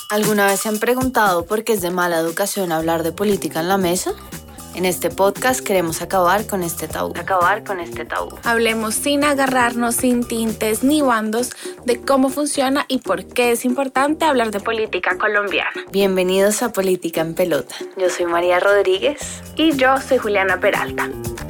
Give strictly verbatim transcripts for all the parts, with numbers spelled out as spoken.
¿Alguna vez se han preguntado por qué es de mala educación hablar de política en la mesa? En este podcast queremos acabar con este tabú. Acabar con este tabú. Hablemos sin agarrarnos, sin tintes ni bandos, de cómo funciona y por qué es importante hablar de política colombiana. Bienvenidos a Política en Pelota. Yo soy María Rodríguez. Y yo soy Juliana Peralta.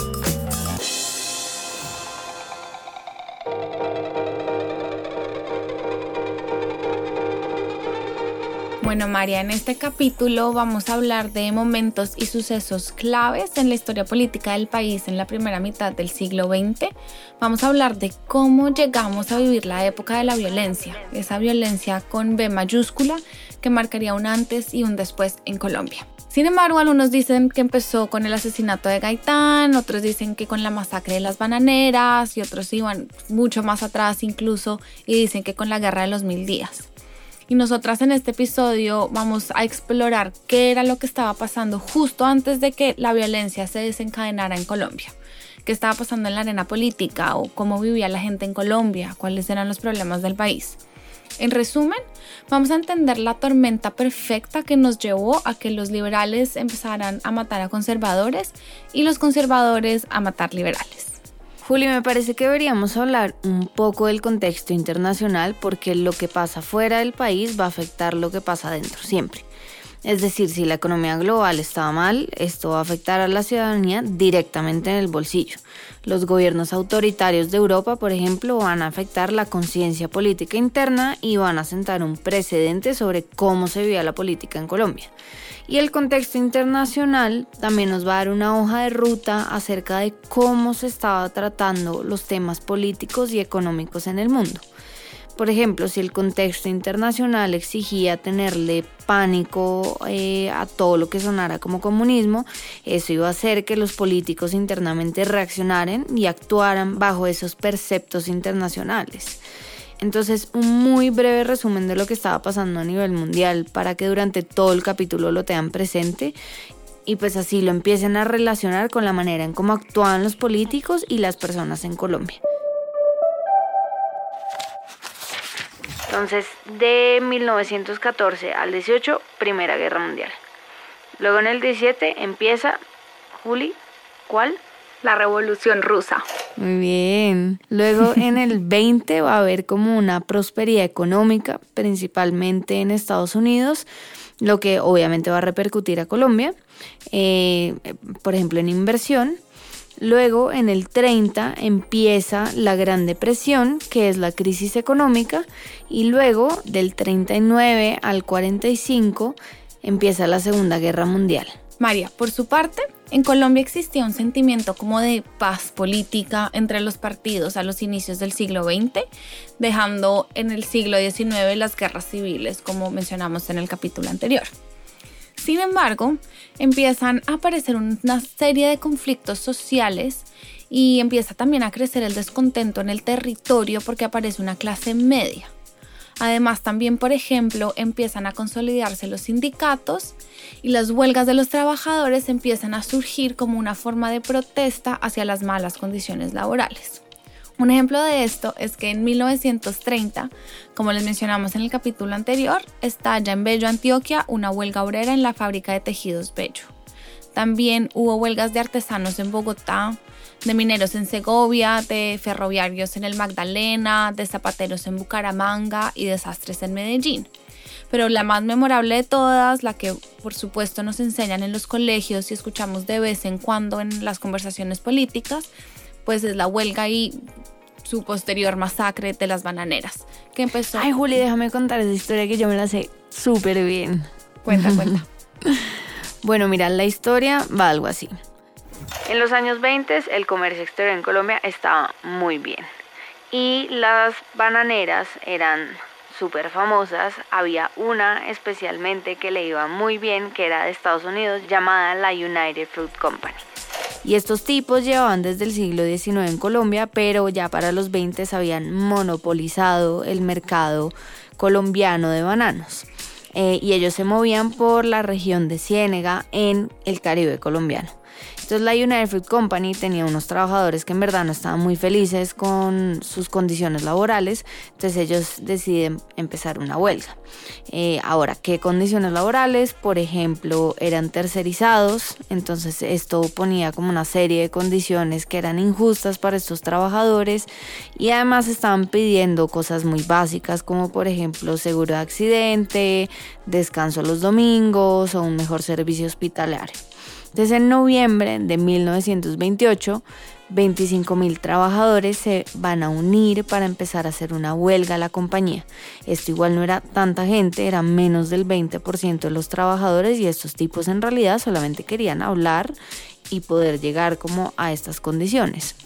Bueno, María, en este capítulo vamos a hablar de momentos y sucesos claves en la historia política del país en la primera mitad del siglo veinte. Vamos a hablar de cómo llegamos a vivir la época de la violencia, esa violencia con B mayúscula que marcaría un antes y un después en Colombia. Sin embargo, algunos dicen que empezó con el asesinato de Gaitán, otros dicen que con la masacre de las bananeras y otros iban mucho más atrás incluso y dicen que con la guerra de los mil días. Y nosotras en este episodio vamos a explorar qué era lo que estaba pasando justo antes de que la violencia se desencadenara en Colombia. Qué estaba pasando en la arena política o cómo vivía la gente en Colombia, cuáles eran los problemas del país. En resumen, vamos a entender la tormenta perfecta que nos llevó a que los liberales empezaran a matar a conservadores y los conservadores a matar liberales. Juli, me parece que deberíamos hablar un poco del contexto internacional porque lo que pasa fuera del país va a afectar lo que pasa adentro siempre. Es decir, si la economía global está mal, esto va a afectar a la ciudadanía directamente en el bolsillo. Los gobiernos autoritarios de Europa, por ejemplo, van a afectar la conciencia política interna y van a sentar un precedente sobre cómo se vivía la política en Colombia. Y el contexto internacional también nos va a dar una hoja de ruta acerca de cómo se estaban tratando los temas políticos y económicos en el mundo. Por ejemplo, si el contexto internacional exigía tenerle pánico eh, a todo lo que sonara como comunismo, eso iba a hacer que los políticos internamente reaccionaran y actuaran bajo esos preceptos internacionales. Entonces, un muy breve resumen de lo que estaba pasando a nivel mundial para que durante todo el capítulo lo tengan presente y pues así lo empiecen a relacionar con la manera en cómo actúan los políticos y las personas en Colombia. Entonces, de mil novecientos catorce al dieciocho, Primera Guerra Mundial. Luego en el diecisiete empieza, Juli, ¿cuál? La Revolución Rusa. Muy bien. Luego en el veinte va a haber como una prosperidad económica, principalmente en Estados Unidos, lo que obviamente va a repercutir a Colombia, eh, por ejemplo en inversión. Luego en el treinta empieza la Gran Depresión, que es la crisis económica, y luego del treinta y nueve al cuarenta y cinco empieza la Segunda Guerra Mundial. María, por su parte, en Colombia existía un sentimiento como de paz política entre los partidos a los inicios del siglo veinte, dejando en el siglo diecinueve las guerras civiles, como mencionamos en el capítulo anterior. Sin embargo, empiezan a aparecer una serie de conflictos sociales y empieza también a crecer el descontento en el territorio porque aparece una clase media. Además, también, por ejemplo, empiezan a consolidarse los sindicatos y las huelgas de los trabajadores empiezan a surgir como una forma de protesta hacia las malas condiciones laborales. Un ejemplo de esto es que en mil novecientos treinta, como les mencionamos en el capítulo anterior, estalla en Bello, Antioquia, una huelga obrera en la fábrica de tejidos Bello. También hubo huelgas de artesanos en Bogotá, de mineros en Segovia, de ferroviarios en el Magdalena, de zapateros en Bucaramanga y desastres en Medellín. Pero la más memorable de todas, la que por supuesto nos enseñan en los colegios y escuchamos de vez en cuando en las conversaciones políticas, pues es la huelga y su posterior masacre de las bananeras, que empezó... Ay, Juli, déjame contar esa historia que yo me la sé súper bien. Cuenta, cuenta. Bueno, mira, la historia va algo así. En los años veinte, el comercio exterior en Colombia estaba muy bien. Y las bananeras eran súper famosas. Había una especialmente que le iba muy bien, que era de Estados Unidos, llamada la United Fruit Company. Y estos tipos llevaban desde el siglo diecinueve en Colombia, pero ya para los veinte habían monopolizado el mercado colombiano de bananos. Eh, y ellos se movían por la región de Ciénega en el Caribe colombiano. Entonces la United Fruit Company tenía unos trabajadores que en verdad no estaban muy felices con sus condiciones laborales, entonces ellos deciden empezar una huelga. Eh, ahora, ¿qué condiciones laborales? Por ejemplo, eran tercerizados, entonces esto ponía como una serie de condiciones que eran injustas para estos trabajadores y además estaban pidiendo cosas muy básicas como por ejemplo seguro de accidente, descanso los domingos o un mejor servicio hospitalario. Entonces en noviembre de mil novecientos veintiocho, veinticinco mil trabajadores se van a unir para empezar a hacer una huelga a la compañía. Esto igual no era tanta gente, era menos del veinte por ciento de los trabajadores y estos tipos en realidad solamente querían hablar y poder llegar como a estas condiciones.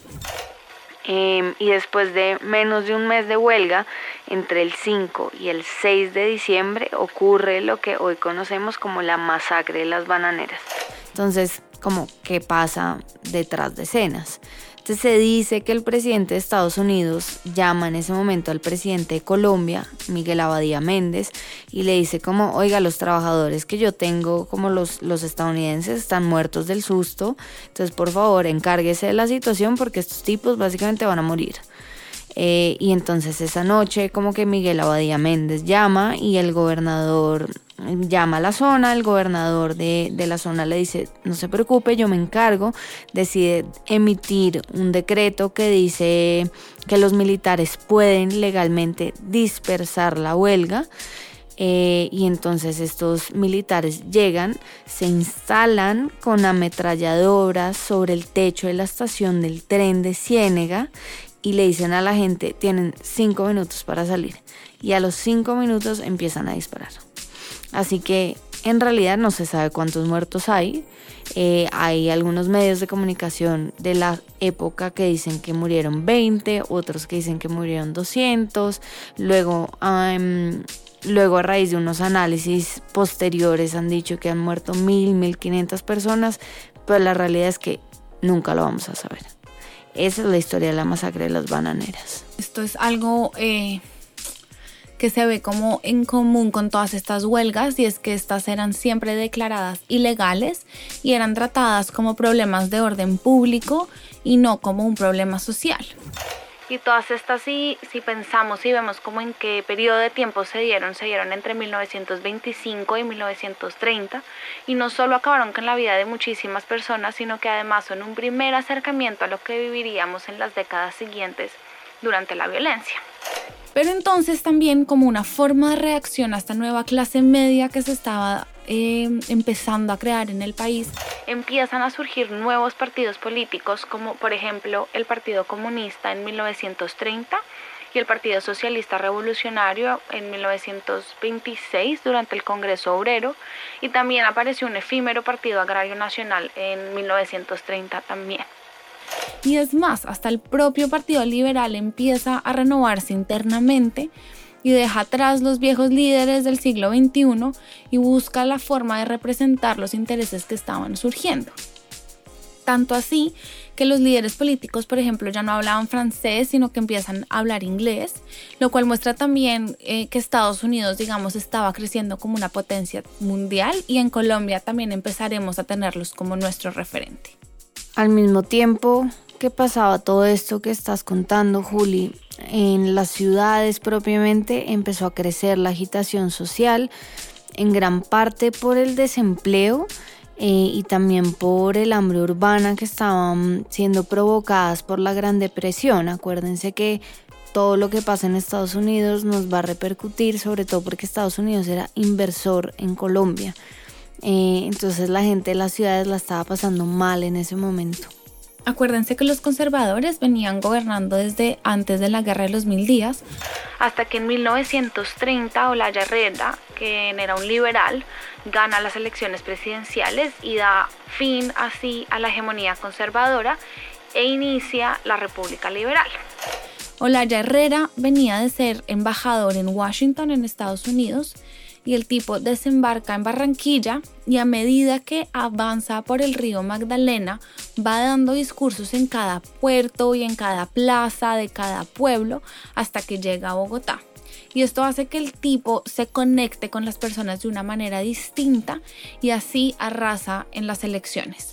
Eh, y después de menos de un mes de huelga, entre el cinco y el seis de diciembre ocurre lo que hoy conocemos como la masacre de las bananeras. Entonces, como ¿qué pasa detrás de escenas? Entonces se dice que el presidente de Estados Unidos llama en ese momento al presidente de Colombia, Miguel Abadía Méndez, y le dice como, oiga, los trabajadores que yo tengo, como los, los estadounidenses, están muertos del susto, entonces por favor encárguese de la situación porque estos tipos básicamente van a morir. Eh, y entonces esa noche como que Miguel Abadía Méndez llama y el gobernador llama a la zona, el gobernador de, de la zona le dice no se preocupe, yo me encargo, decide emitir un decreto que dice que los militares pueden legalmente dispersar la huelga. Eh, y entonces estos militares llegan, se instalan con ametralladoras sobre el techo de la estación del tren de Ciénega y le dicen a la gente, tienen cinco minutos para salir. Y a los cinco minutos empiezan a disparar. Así que en realidad no se sabe cuántos muertos hay. Eh, hay algunos medios de comunicación de la época que dicen que murieron veinte, otros que dicen que murieron doscientos. Luego, um, luego a raíz de unos análisis posteriores han dicho que han muerto mil, mil quinientas personas. Pero la realidad es que nunca lo vamos a saber. Esa es la historia de la masacre de las bananeras. Esto es algo eh, que se ve como en común con todas estas huelgas, y es que estas eran siempre declaradas ilegales y eran tratadas como problemas de orden público y no como un problema social. Y todas estas, si, si pensamos y vemos como en qué periodo de tiempo se dieron, se dieron entre mil novecientos veinticinco y mil novecientos treinta, y no solo acabaron con la vida de muchísimas personas, sino que además son un primer acercamiento a lo que viviríamos en las décadas siguientes durante la violencia. Pero entonces también como una forma de reacción a esta nueva clase media que se estaba eh, empezando a crear en el país, empiezan a surgir nuevos partidos políticos como por ejemplo el Partido Comunista en mil novecientos treinta y el Partido Socialista Revolucionario en mil novecientos veintiséis durante el Congreso Obrero, y también apareció un efímero Partido Agrario Nacional en mil novecientos treinta también. Y es más, hasta el propio Partido Liberal empieza a renovarse internamente y deja atrás los viejos líderes del siglo veintiuno y busca la forma de representar los intereses que estaban surgiendo. Tanto así que los líderes políticos, por ejemplo, ya no hablaban francés, sino que empiezan a hablar inglés, lo cual muestra también eh, que Estados Unidos, digamos, estaba creciendo como una potencia mundial, y en Colombia también empezaremos a tenerlos como nuestro referente. Al mismo tiempo que pasaba todo esto que estás contando, Juli, en las ciudades propiamente empezó a crecer la agitación social, en gran parte por el desempleo eh, y también por el hambre urbana que estaban siendo provocadas por la Gran Depresión. Acuérdense que todo lo que pasa en Estados Unidos nos va a repercutir, sobre todo porque Estados Unidos era inversor en Colombia. Eh, entonces la gente de las ciudades la estaba pasando mal en ese momento. Acuérdense que los conservadores venían gobernando desde antes de la Guerra de los Mil Días, hasta que en mil novecientos treinta Olaya Herrera, que era un liberal, gana las elecciones presidenciales y da fin así a la hegemonía conservadora e inicia la República Liberal. Olaya Herrera venía de ser embajador en Washington, en Estados Unidos, y el tipo desembarca en Barranquilla, y a medida que avanza por el río Magdalena va dando discursos en cada puerto y en cada plaza de cada pueblo hasta que llega a Bogotá. Y esto hace que el tipo se conecte con las personas de una manera distinta y así arrasa en las elecciones.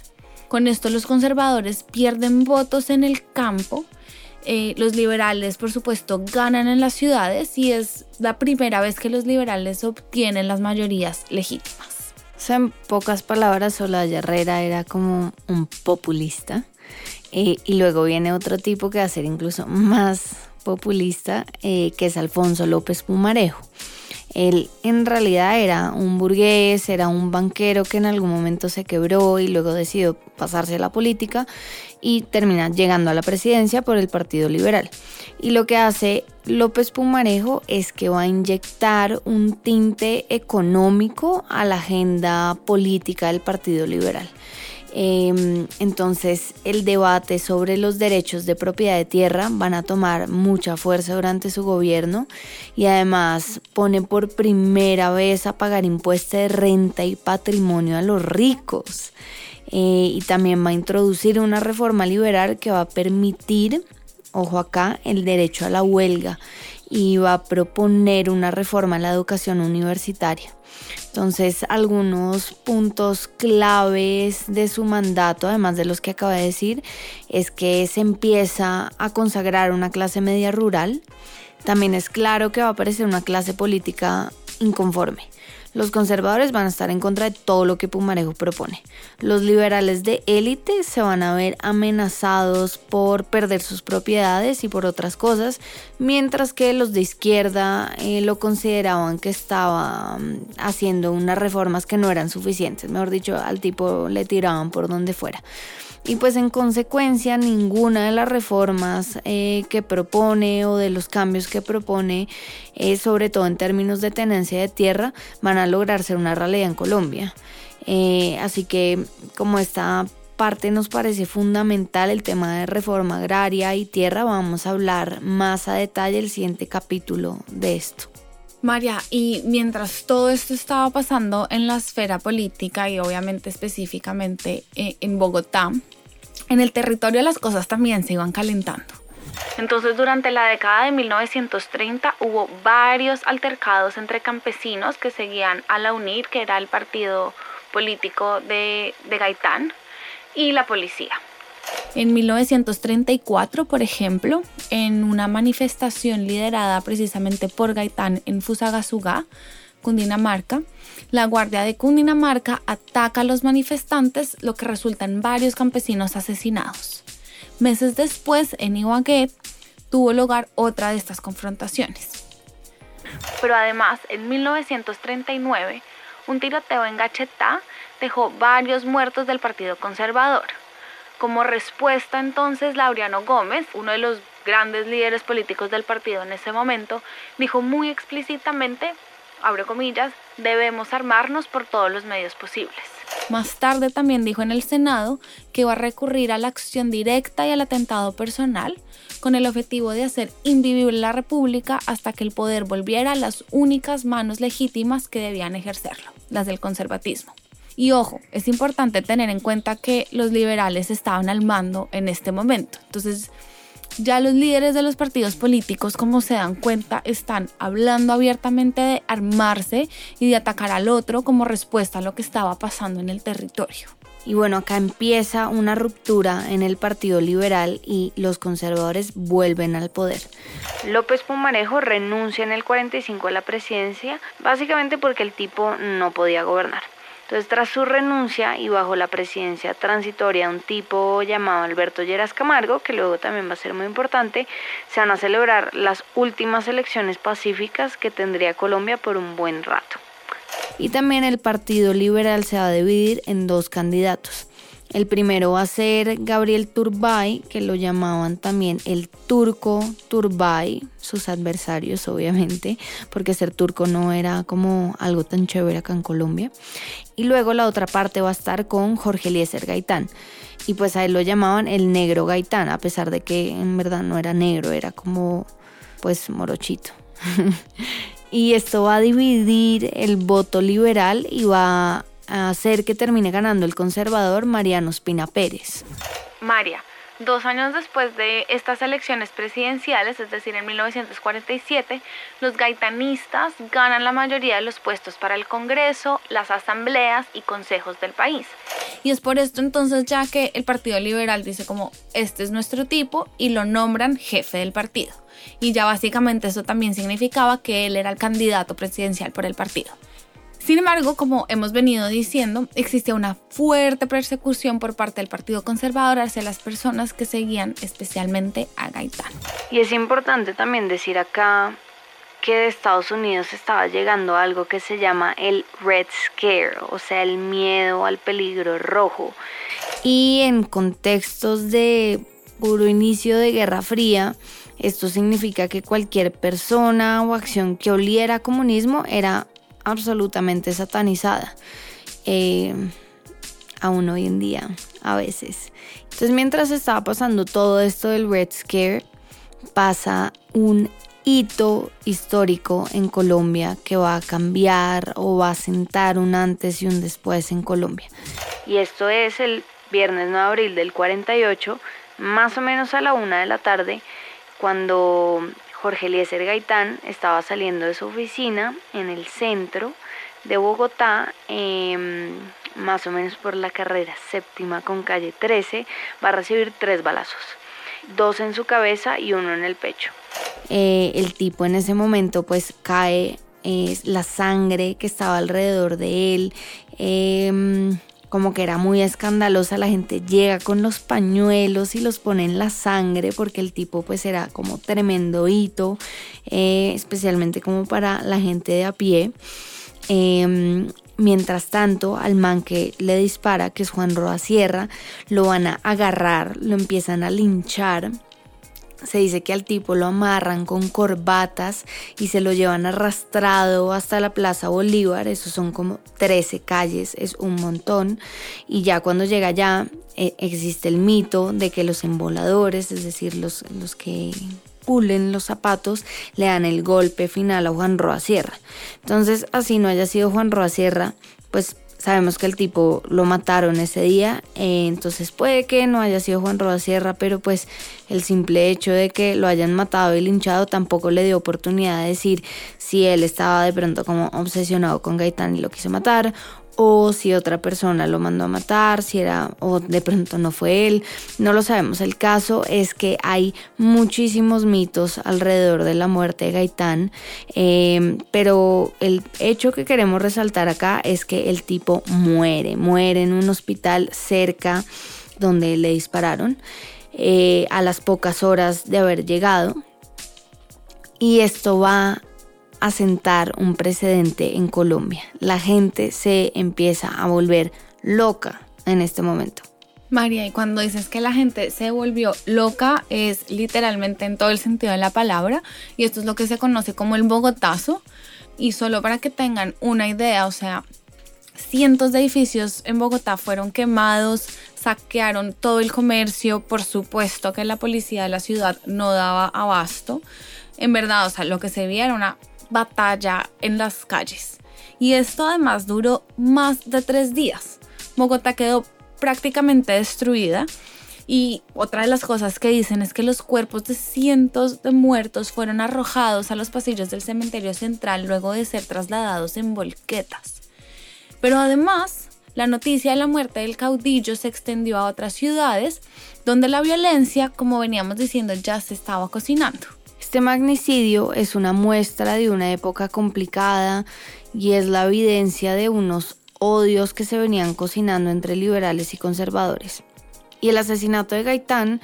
Con esto los conservadores pierden votos en el campo. Eh, los liberales, por supuesto, ganan en las ciudades y es la primera vez que los liberales obtienen las mayorías legítimas. O sea, en pocas palabras, Olaya Herrera era como un populista. Eh, y luego viene otro tipo que va a ser incluso más populista, eh, que es Alfonso López Pumarejo. Él en realidad era un burgués, era un banquero que en algún momento se quebró y luego decidió pasarse a la política y termina llegando a la presidencia por el Partido Liberal. Y lo que hace López Pumarejo es que va a inyectar un tinte económico a la agenda política del Partido Liberal. Eh, entonces el debate sobre los derechos de propiedad de tierra van a tomar mucha fuerza durante su gobierno y además pone por primera vez a pagar impuestos de renta y patrimonio a los ricos. Eh, y también va a introducir una reforma liberal que va a permitir, ojo acá, el derecho a la huelga y va a proponer una reforma a la educación universitaria. Entonces, algunos puntos claves de su mandato, además de los que acabo de decir, es que se empieza a consagrar una clase media rural. También es claro que va a aparecer una clase política inconforme. Los conservadores van a estar en contra de todo lo que Pumarejo propone. Los liberales de élite se van a ver amenazados por perder sus propiedades y por otras cosas, mientras que los de izquierda eh, lo consideraban que estaba um, haciendo unas reformas que no eran suficientes. Mejor dicho, al tipo le tiraban por donde fuera. Y pues en consecuencia ninguna de las reformas eh, que propone o de los cambios que propone, eh, sobre todo en términos de tenencia de tierra, van a lograr ser una realidad en Colombia. Eh, así que como esta parte nos parece fundamental, el tema de reforma agraria y tierra, vamos a hablar más a detalle el siguiente capítulo de esto. María, y mientras todo esto estaba pasando en la esfera política y obviamente específicamente eh, en Bogotá, en el territorio las cosas también se iban calentando. Entonces, durante la década de mil novecientos treinta hubo varios altercados entre campesinos que seguían a la UNIR, que era el partido político de, de Gaitán, y la policía. En mil novecientos treinta y cuatro, por ejemplo, en una manifestación liderada precisamente por Gaitán en Fusagasugá, Cundinamarca, la Guardia de Cundinamarca ataca a los manifestantes, lo que resulta en varios campesinos asesinados. Meses después, en Ibagué, tuvo lugar otra de estas confrontaciones. Pero además, en mil novecientos treinta y nueve, un tiroteo en Gachetá dejó varios muertos del Partido Conservador. Como respuesta, entonces, Laureano Gómez, uno de los grandes líderes políticos del partido en ese momento, dijo muy explícitamente, abro comillas, debemos armarnos por todos los medios posibles. Más tarde también dijo en el Senado que iba a recurrir a la acción directa y al atentado personal con el objetivo de hacer invivible la República hasta que el poder volviera a las únicas manos legítimas que debían ejercerlo, las del conservatismo. Y ojo, es importante tener en cuenta que los liberales estaban al mando en este momento. Entonces, ya los líderes de los partidos políticos, como se dan cuenta, están hablando abiertamente de armarse y de atacar al otro como respuesta a lo que estaba pasando en el territorio. Y bueno, acá empieza una ruptura en el Partido Liberal y los conservadores vuelven al poder. López Pumarejo renuncia en el cuarenta y cinco a la presidencia, básicamente porque el tipo no podía gobernar. Entonces, tras su renuncia y bajo la presidencia transitoria de un tipo llamado Alberto Lleras Camargo, que luego también va a ser muy importante, se van a celebrar las últimas elecciones pacíficas que tendría Colombia por un buen rato. Y también el Partido Liberal se va a dividir en dos candidatos. El primero va a ser Gabriel Turbay, que lo llamaban también el turco Turbay, sus adversarios obviamente, porque ser turco no era como algo tan chévere acá en Colombia. Y luego la otra parte va a estar con Jorge Eliezer Gaitán, y pues a él lo llamaban el negro Gaitán, a pesar de que en verdad no era negro, era como pues morochito. Y esto va a dividir el voto liberal y va a hacer que termine ganando el conservador Mariano Ospina Pérez. María, dos años después de estas elecciones presidenciales, es decir, en mil novecientos cuarenta y siete, los gaitanistas ganan la mayoría de los puestos para el Congreso, las asambleas y consejos del país. Y es por esto entonces ya que el Partido Liberal dice como este es nuestro tipo y lo nombran jefe del partido. Y ya básicamente eso también significaba que él era el candidato presidencial por el partido. Sin embargo, como hemos venido diciendo, existía una fuerte persecución por parte del Partido Conservador hacia las personas que seguían especialmente a Gaitán. Y es importante también decir acá que de Estados Unidos estaba llegando algo que se llama el Red Scare, o sea, el miedo al peligro rojo. Y en contextos de puro inicio de Guerra Fría, esto significa que cualquier persona o acción que oliera a comunismo era absolutamente satanizada, eh, aún hoy en día a veces. Entonces, mientras estaba pasando todo esto del Red Scare, pasa un hito histórico en Colombia que va a cambiar o va a sentar un antes y un después en Colombia. Y esto es el viernes nueve de abril del cuarenta y ocho, más o menos a la una de la tarde, cuando Jorge Eliezer Gaitán estaba saliendo de su oficina en el centro de Bogotá, eh, más o menos por la carrera séptima con calle trece, va a recibir tres balazos, dos en su cabeza y uno en el pecho. Eh, el tipo en ese momento pues cae, eh, la sangre que estaba alrededor de él, eh, como que era muy escandalosa, la gente llega con los pañuelos y los pone en la sangre porque el tipo pues era como tremendo hito, eh, especialmente como para la gente de a pie. Eh, mientras tanto, al man que le dispara, que es Juan Roa Sierra, lo van a agarrar, lo empiezan a linchar. Se dice que al tipo lo amarran con corbatas y se lo llevan arrastrado hasta la Plaza Bolívar. Esos son como trece calles, es un montón. Y ya cuando llega allá, eh, existe el mito de que los emboladores, es decir, los, los que pulen los zapatos, le dan el golpe final a Juan Roa Sierra. Entonces, así no haya sido Juan Roa Sierra, pues sabemos que el tipo lo mataron ese día, eh, entonces puede que no haya sido Juan Roa Sierra, pero pues el simple hecho de que lo hayan matado y linchado tampoco le dio oportunidad de decir si él estaba de pronto como obsesionado con Gaitán y lo quiso matar, o si otra persona lo mandó a matar, si era o de pronto no fue él, no lo sabemos. El caso es que hay muchísimos mitos alrededor de la muerte de Gaitán, eh, pero el hecho que queremos resaltar acá es que el tipo muere, muere en un hospital cerca donde le dispararon, eh, a las pocas horas de haber llegado, y esto va a sentar un precedente en Colombia. La gente se empieza a volver loca en este momento. María, y cuando dices que la gente se volvió loca, es literalmente en todo el sentido de la palabra, y esto es lo que se conoce como el Bogotazo. Y solo para que tengan una idea, o sea, cientos de edificios en Bogotá fueron quemados, saquearon todo el comercio, por supuesto que la policía de la ciudad no daba abasto. En verdad, o sea, lo que se veía era una batalla en las calles. Y esto además duró más de tres días. Bogotá quedó prácticamente destruida. Y otra de las cosas que dicen es que los cuerpos de cientos de muertos fueron arrojados a los pasillos del cementerio central luego de ser trasladados en volquetas. Pero además, la noticia de la muerte del caudillo se extendió a otras ciudades donde la violencia, como veníamos diciendo, ya se estaba cocinando. Este magnicidio es una muestra de una época complicada y es la evidencia de unos odios que se venían cocinando entre liberales y conservadores. Y el asesinato de Gaitán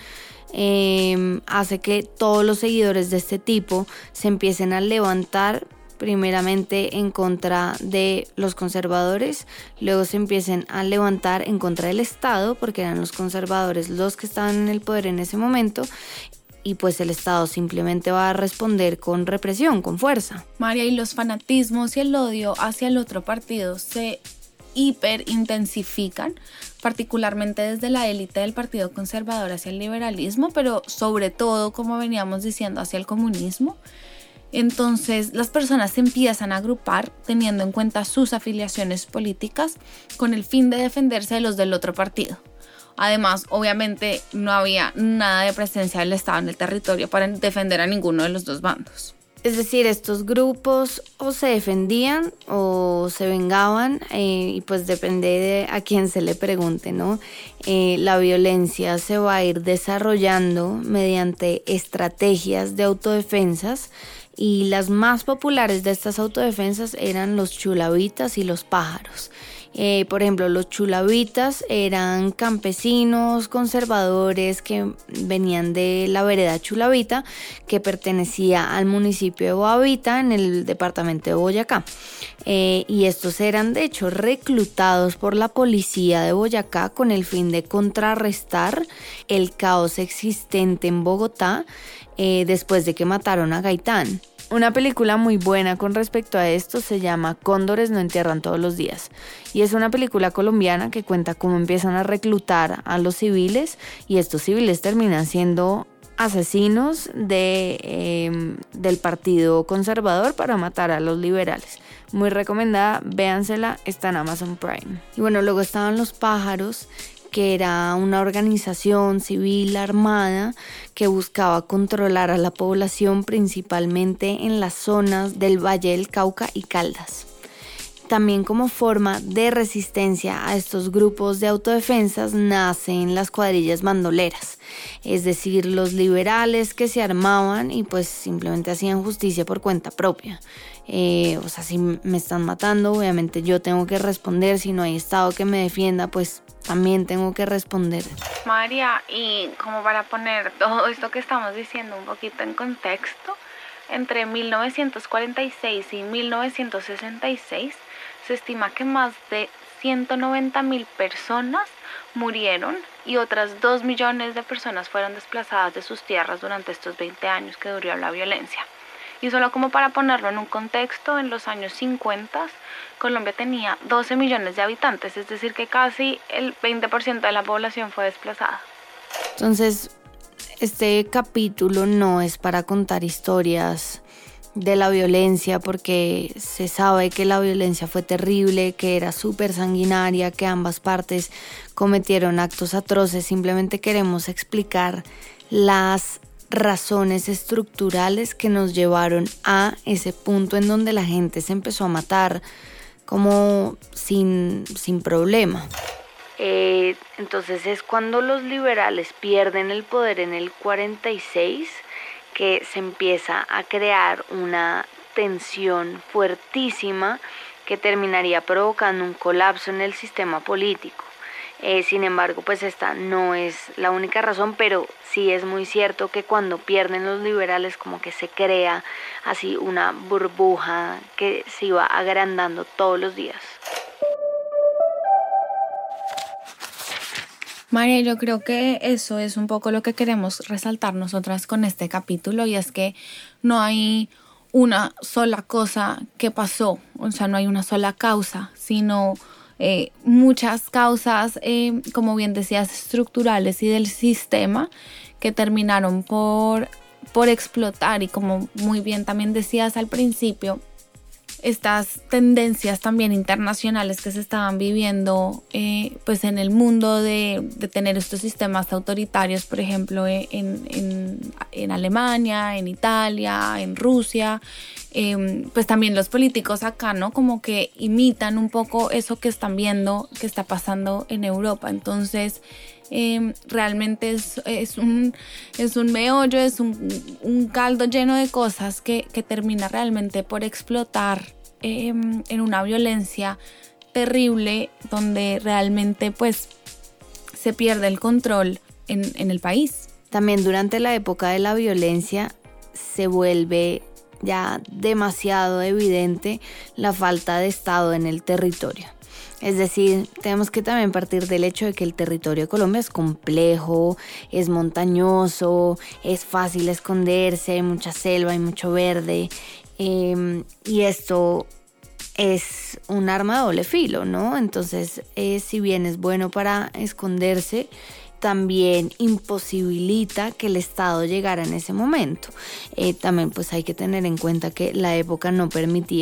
eh, hace que todos los seguidores de este tipo se empiecen a levantar primeramente en contra de los conservadores, luego se empiecen a levantar en contra del Estado, porque eran los conservadores los que estaban en el poder en ese momento, y pues el Estado simplemente va a responder con represión, con fuerza. María, y los fanatismos y el odio hacia el otro partido se hiperintensifican, particularmente desde la élite del Partido Conservador hacia el liberalismo, pero sobre todo, como veníamos diciendo, hacia el comunismo. Entonces las personas se empiezan a agrupar teniendo en cuenta sus afiliaciones políticas con el fin de defenderse de los del otro partido. Además, obviamente no había nada de presencia del Estado en el territorio para defender a ninguno de los dos bandos. Es decir, estos grupos o se defendían o se vengaban eh, y pues depende de a quién se le pregunte, ¿no? Eh, la violencia se va a ir desarrollando mediante estrategias de autodefensas y las más populares de estas autodefensas eran los chulavitas y los pájaros. Eh, por ejemplo, los chulavitas eran campesinos conservadores que venían de la vereda Chulavita, que pertenecía al municipio de Boavita en el departamento de Boyacá. Eh, y estos eran de hecho reclutados por la policía de Boyacá con el fin de contrarrestar el caos existente en Bogotá eh, después de que mataron a Gaitán. Una película muy buena con respecto a esto se llama Cóndores no entierran todos los días y es una película colombiana que cuenta cómo empiezan a reclutar a los civiles y estos civiles terminan siendo asesinos de, eh, del Partido Conservador para matar a los liberales. Muy recomendada, véansela, está en Amazon Prime. Y bueno, luego estaban los pájaros, que era una organización civil armada que buscaba controlar a la población principalmente en las zonas del Valle del Cauca y Caldas. También como forma de resistencia a estos grupos de autodefensas nacen las cuadrillas bandoleras, es decir, los liberales que se armaban y pues simplemente hacían justicia por cuenta propia. Eh, o sea, si me están matando, obviamente yo tengo que responder, si no hay Estado que me defienda, pues también tengo que responder. María, y como para poner todo esto que estamos diciendo un poquito en contexto, entre mil novecientos cuarenta y seis y mil novecientos sesenta y seis se estima que más de ciento noventa mil personas murieron y otras dos millones de personas fueron desplazadas de sus tierras durante estos veinte años que duró la violencia. Y solo como para ponerlo en un contexto, en los años cincuenta Colombia tenía doce millones de habitantes, es decir que casi el veinte por ciento de la población fue desplazada. Entonces, este capítulo no es para contar historias de la violencia porque se sabe que la violencia fue terrible, que era súper sanguinaria, que ambas partes cometieron actos atroces. Simplemente queremos explicar las razones estructurales que nos llevaron a ese punto en donde la gente se empezó a matar como sin, sin problema. Eh, entonces es cuando los liberales pierden el poder en el cuarenta y seis que se empieza a crear una tensión fuertísima que terminaría provocando un colapso en el sistema político. Eh, sin embargo, pues esta no es la única razón, pero sí es muy cierto que cuando pierden los liberales como que se crea así una burbuja que se iba agrandando todos los días. María, yo creo que eso es un poco lo que queremos resaltar nosotras con este capítulo, y es que no hay una sola cosa que pasó, o sea, no hay una sola causa, sino eh, muchas causas, eh, como bien decías, estructurales y del sistema que terminaron por, por explotar, y como muy bien también decías al principio, estas tendencias también internacionales que se estaban viviendo eh, pues en el mundo de, de tener estos sistemas autoritarios, por ejemplo, en, en, en Alemania, en Italia, en Rusia, eh, pues también los políticos acá, ¿no? Como que imitan un poco eso que están viendo que está pasando en Europa. Entonces, Eh, realmente es, es, un, es un meollo, es un, un caldo lleno de cosas que, que termina realmente por explotar eh, en una violencia terrible, donde realmente pues se pierde el control en, en el país. También durante la época de la violencia se vuelve ya demasiado evidente la falta de Estado en el territorio. Es decir, tenemos que también partir del hecho de que el territorio de Colombia es complejo, es montañoso, es fácil esconderse, hay mucha selva, hay mucho verde. Eh, y esto es un arma de doble filo, ¿no? Entonces, eh, si bien es bueno para esconderse, también imposibilita que el Estado llegara en ese momento. Eh, también pues hay que tener en cuenta que la época no permitía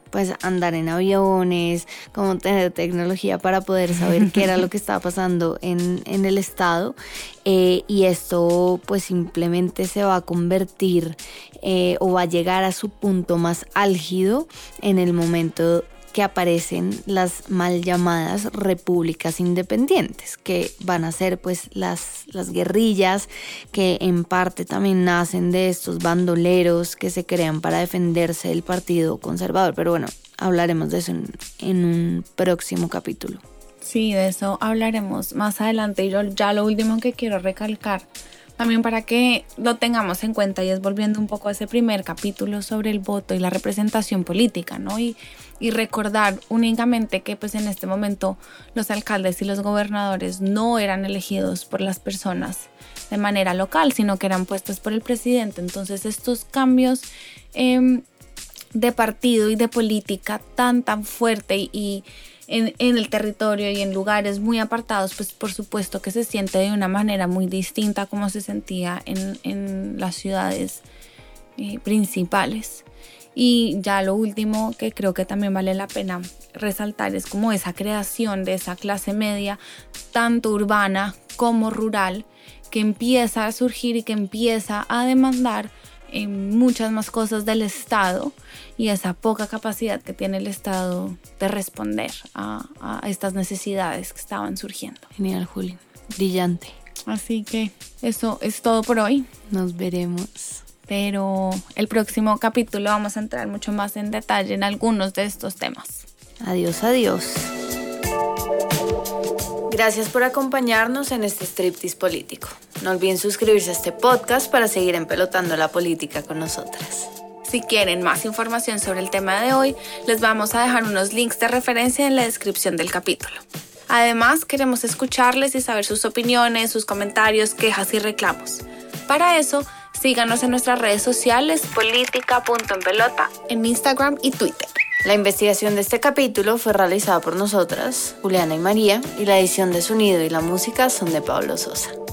pues andar en aviones, como tener tecnología para poder saber qué era lo que estaba pasando en, en el estado. Eh, y esto pues simplemente se va a convertir eh, o va a llegar a su punto más álgido en el momento que aparecen las mal llamadas repúblicas independientes, que van a ser pues las, las guerrillas que en parte también nacen de estos bandoleros que se crean para defenderse del Partido Conservador. Pero bueno, hablaremos de eso en, en un próximo capítulo. Sí, de eso hablaremos más adelante. Y yo ya lo último que quiero recalcar, también para que lo tengamos en cuenta, y es volviendo un poco a ese primer capítulo sobre el voto y la representación política, ¿no? Y, y recordar únicamente que pues en este momento los alcaldes y los gobernadores no eran elegidos por las personas de manera local, sino que eran puestos por el presidente. Entonces estos cambios eh, de partido y de política tan tan fuerte y, y En, en el territorio y en lugares muy apartados, pues por supuesto que se siente de una manera muy distinta como se sentía en, en las ciudades eh, principales. Y ya lo último que creo que también vale la pena resaltar es como esa creación de esa clase media, tanto urbana como rural, que empieza a surgir y que empieza a demandar eh, muchas más cosas del Estado, y esa poca capacidad que tiene el Estado de responder a, a estas necesidades que estaban surgiendo. Genial, Juli. Brillante. Así que eso es todo por hoy. Nos veremos. Pero el próximo capítulo vamos a entrar mucho más en detalle en algunos de estos temas. Adiós, adiós. Gracias por acompañarnos en este striptease político. No olviden suscribirse a este podcast para seguir empelotando la política con nosotras. Si quieren más información sobre el tema de hoy, les vamos a dejar unos links de referencia en la descripción del capítulo. Además, queremos escucharles y saber sus opiniones, sus comentarios, quejas y reclamos. Para eso, síganos en nuestras redes sociales política punto en pelota en Instagram y Twitter. La investigación de este capítulo fue realizada por nosotras, Juliana y María, y la edición de sonido y la música son de Pablo Sosa.